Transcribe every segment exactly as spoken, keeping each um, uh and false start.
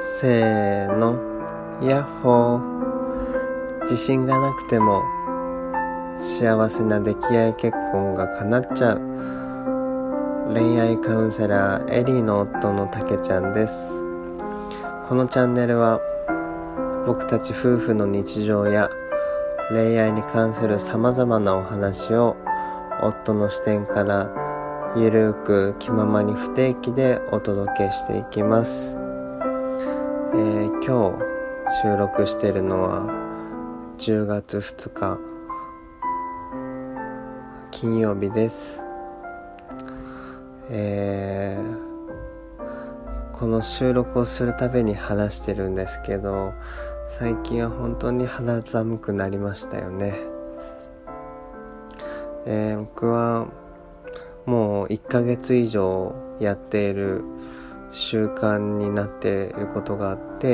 せーの、ヤッホー。自信がなくても幸せな出来合い結婚が叶っちゃう恋愛カウンセラーエリーの夫のたけちゃんです。このチャンネルは僕たち夫婦の日常や恋愛に関するさまざまなお話を夫の視点からゆるく気ままに不定期でお届けしていきます。えー、今日収録しているのはじゅうがつふつか金曜日です。えー、この収録をするたびに話してるんですけど、最近は本当に肌寒くなりましたよね。えー、僕はもういっかげつ以上やっている習慣になっていることがあって、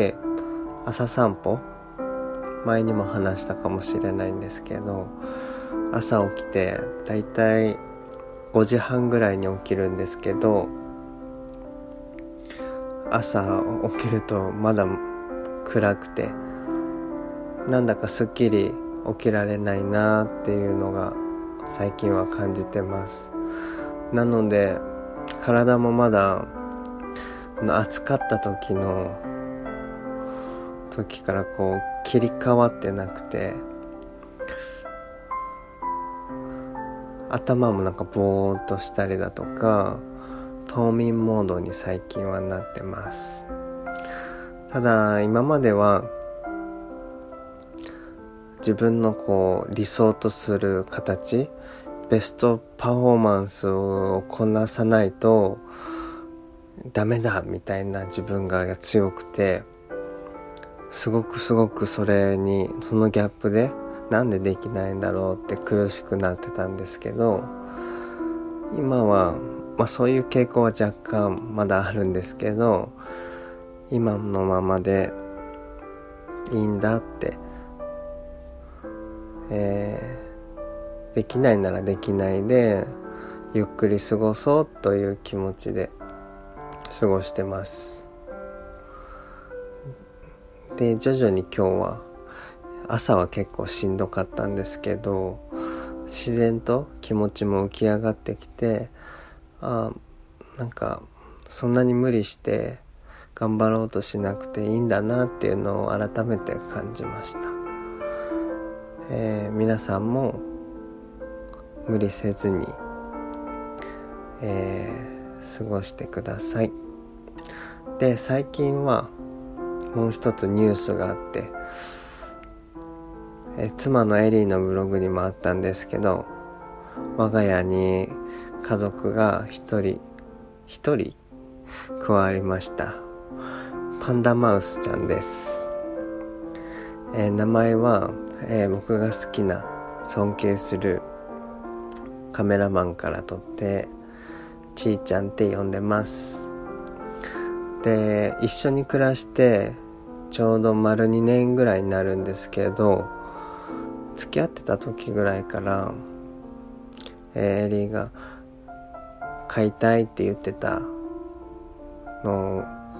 朝散歩、前にも話したかもしれないんですけど、朝起きてだいたいごじはんぐらいに起きるんですけど、朝起きるとまだ暗くて、なんだかすっきり起きられないなっていうのが最近は感じてます。なので体もまだこの暑かった時の時からこう切り替わってなくて、頭もなんかぼーっとしたりだとか冬眠モードに最近はなってます。ただ今までは自分のこう理想とする形、ベストパフォーマンスをこなさないとダメだみたいな自分が強くて、すごくすごくそれにそのギャップでなんでできないんだろうって苦しくなってたんですけど、今は、まあ、そういう傾向は若干まだあるんですけど、今のままでいいんだって、えー、できないならできないでゆっくり過ごそうという気持ちで過ごしてます。で、徐々に今日は朝は結構しんどかったんですけど、自然と気持ちも浮き上がってきて、あなんかそんなに無理して頑張ろうとしなくていいんだなっていうのを改めて感じました。えー、皆さんも無理せずに、えー、過ごしてください。で、最近はもう一つニュースがあって、え妻のエリーのブログにもあったんですけど、我が家に家族が一人一人加わりました。パンダマウスちゃんです。えー、名前は、えー、僕が好きな尊敬するカメラマンから取ってちーちゃんって呼んでます。で、一緒に暮らしてちょうど丸にねんぐらいになるんですけど、付き合ってた時ぐらいから、えー、エリーが飼いたいって言ってたの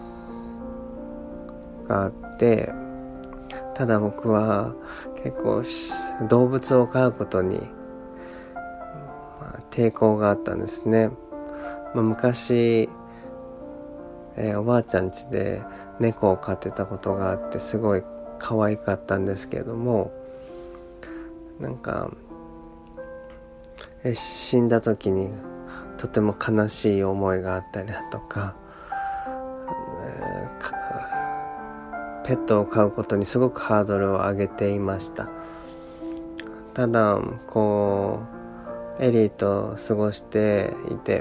があって、ただ僕は結構動物を飼うことに、まあ、抵抗があったんですね。まあ、昔、えー、おばあちゃん家で猫を飼ってたことがあって、すごい可愛かったんですけども、なんかえ死んだ時にとても悲しい思いがあったりだとか、えー、かペットを飼うことにすごくハードルを上げていました。ただこうエリーと過ごしていて、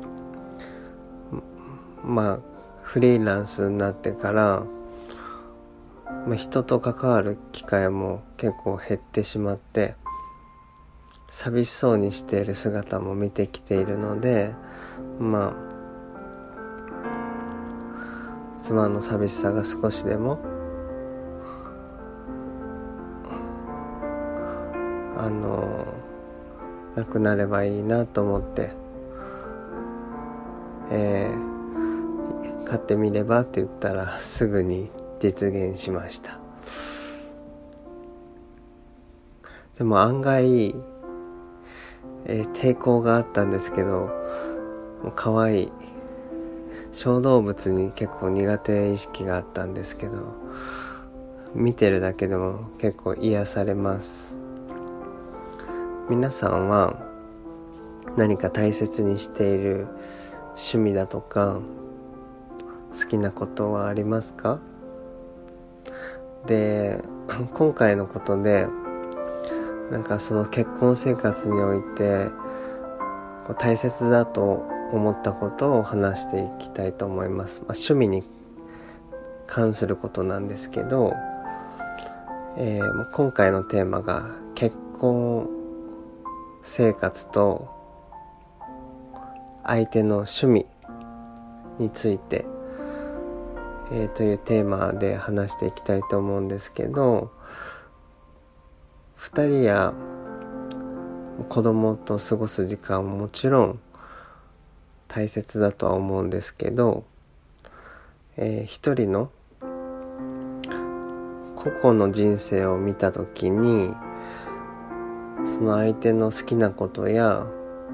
まあフリーランスになってから、まあ、人と関わる機会も結構減ってしまって、寂しそうにしている姿も見てきているので、まあ妻の寂しさが少しでもあのなくなればいいなと思って、えー、 買ってみればって言ったらすぐに実現しました。でも案外、えー、抵抗があったんですけど、もう可愛い小動物に結構苦手意識があったんですけど、見てるだけでも結構癒されます。皆さんは何か大切にしている趣味だとか好きなことはありますか？で、今回のことでなんかその結婚生活においてこう大切だと思ったことを話していきたいと思います。まあ、趣味に関することなんですけど、えー、今回のテーマが結婚生活と相手の趣味について、えー、というテーマで話していきたいと思うんですけど、二人や子供と過ごす時間ももちろん大切だとは思うんですけど、えー、一人の個々の人生を見たときに、その相手の好きなことや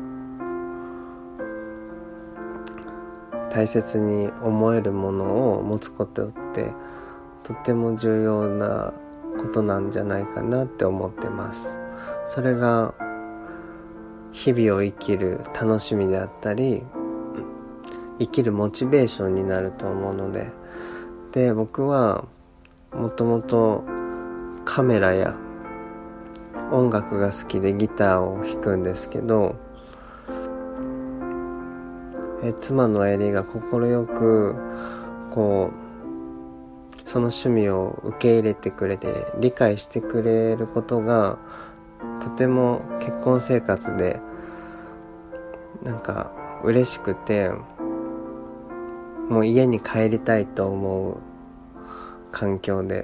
大切に思えるものを持つことってとっても重要なことなんじゃないかなって思ってます。それが日々を生きる楽しみであったり、生きるモチベーションになると思うので、で、僕はもともとカメラや音楽が好きでギターを弾くんですけど、え妻のエリが快くこうその趣味を受け入れてくれて理解してくれることがとても結婚生活でなんか嬉しくて、もう家に帰りたいと思う環境で、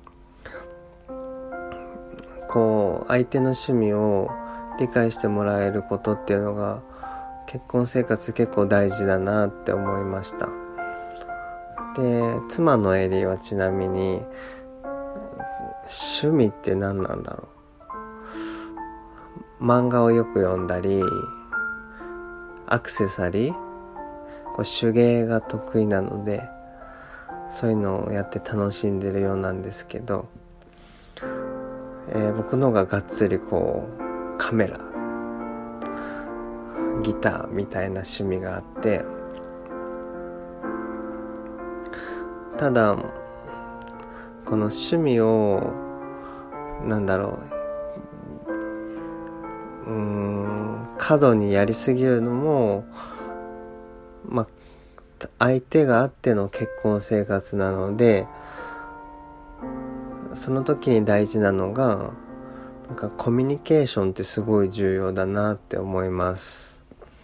こう相手の趣味を理解してもらえることっていうのが結婚生活結構大事だなって思いました。で、妻のエリはちなみに趣味って何なんだろう。漫画をよく読んだり、アクセサリー、こう手芸が得意なのでそういうのをやって楽しんでるようなんですけど、えー、僕のががっつりこうカメラ、ギターみたいな趣味があって、ただこの趣味をなんだろううーん過度にやりすぎるのも、まあ相手があっての結婚生活なので、その時に大事なのがなんかコミュニケーションってすごい重要だなって思います。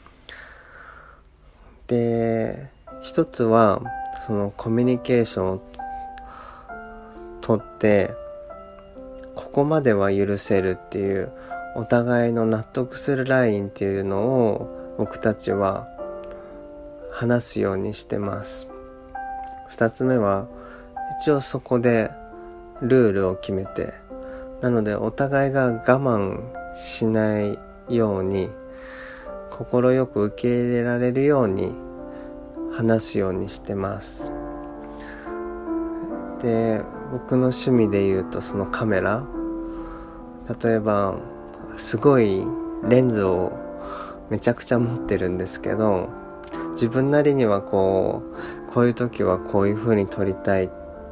で、一つはそのコミュニケーションをとってここまでは許せるっていうお互いの納得するラインっていうのを僕たちは話すようにしてます。二つ目は一応そこでルールを決めて、なのでお互いが我慢しないように心よく受け入れられるように話すようにしてます。で、僕の趣味で言うとそのカメラ、例えばすごいレンズをめちゃくちゃ持ってるんですけど、自分なりにはこうこういう時はこういう風に撮りたい、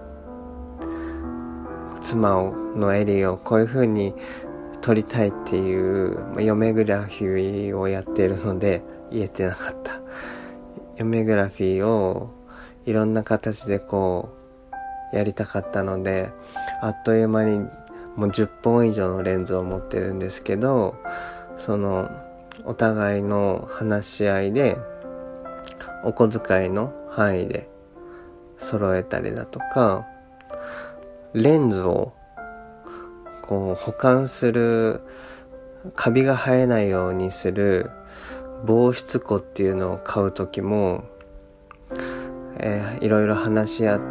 妻をのエリをこういう風に撮りたいっていう嫁グラフィーをやっているので言えてなかった。嫁グラフィーをいろんな形でこうやりたかったので、あっという間にもうじゅっぽん以上のレンズを持ってるんですけど、そのお互いの話し合いでお小遣いの範囲で揃えたりだとか、レンズをこう保管する、カビが生えないようにする防湿庫っていうのを買うときも、 えー、いろいろ話し合って、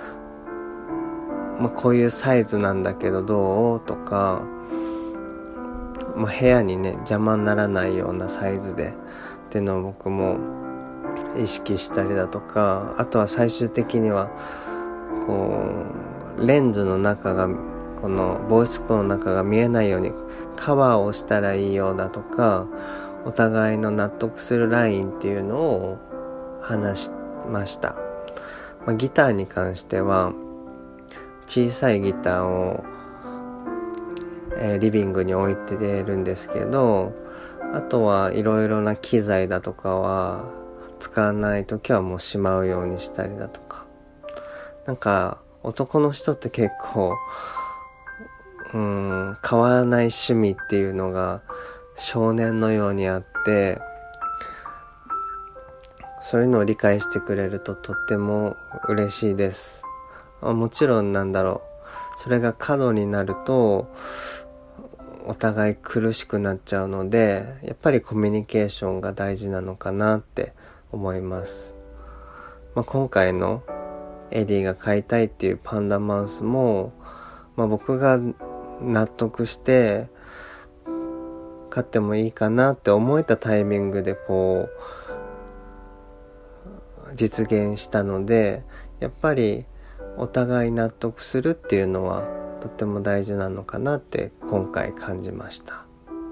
まあ、こういうサイズなんだけどどうとか、まあ、部屋にね邪魔にならないようなサイズでっていうのを僕も意識したりだとか、あとは最終的にはこうレンズの中がこの防湿庫の中が見えないようにカバーをしたらいいようだとか、お互いの納得するラインっていうのを話しました。まあ、ギターに関しては小さいギターを、えー、リビングに置いてるんですけど、あとはいろいろな機材だとかは使わないときはもうしまうようにしたりだとか、なんか男の人って結構うーん変わらない趣味っていうのが少年のようにあって、そういうのを理解してくれるととっても嬉しいです。あ、もちろんなんだろう、それが過度になるとお互い苦しくなっちゃうので、やっぱりコミュニケーションが大事なのかなって思います。まあ、今回のエリーが飼いたいっていうパンダマウスも、まあ、僕が納得して飼ってもいいかなって思えたタイミングでこう実現したので、やっぱりお互い納得するっていうのはとっても大事なのかなって今回感じました。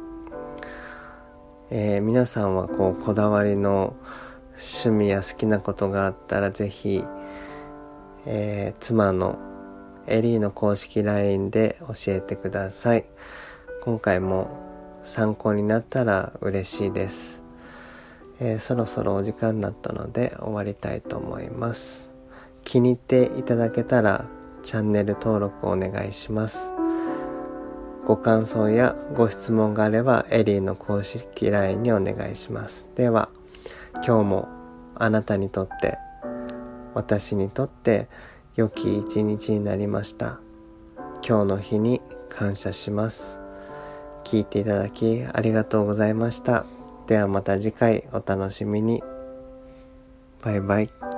えー、皆さんはこうこだわりの趣味や好きなことがあったらぜひ、えー、妻のエリーの公式 ライン で教えてください。今回も参考になったら嬉しいです。えー、そろそろお時間になったので終わりたいと思います。気に入っていただけたらチャンネル登録お願いします。ご感想やご質問があればエリーの公式 ライン にお願いします。では今日もあなたにとって私にとって良き一日になりました。今日の日に感謝します。聞いていただきありがとうございました。ではまた次回お楽しみに。バイバイ。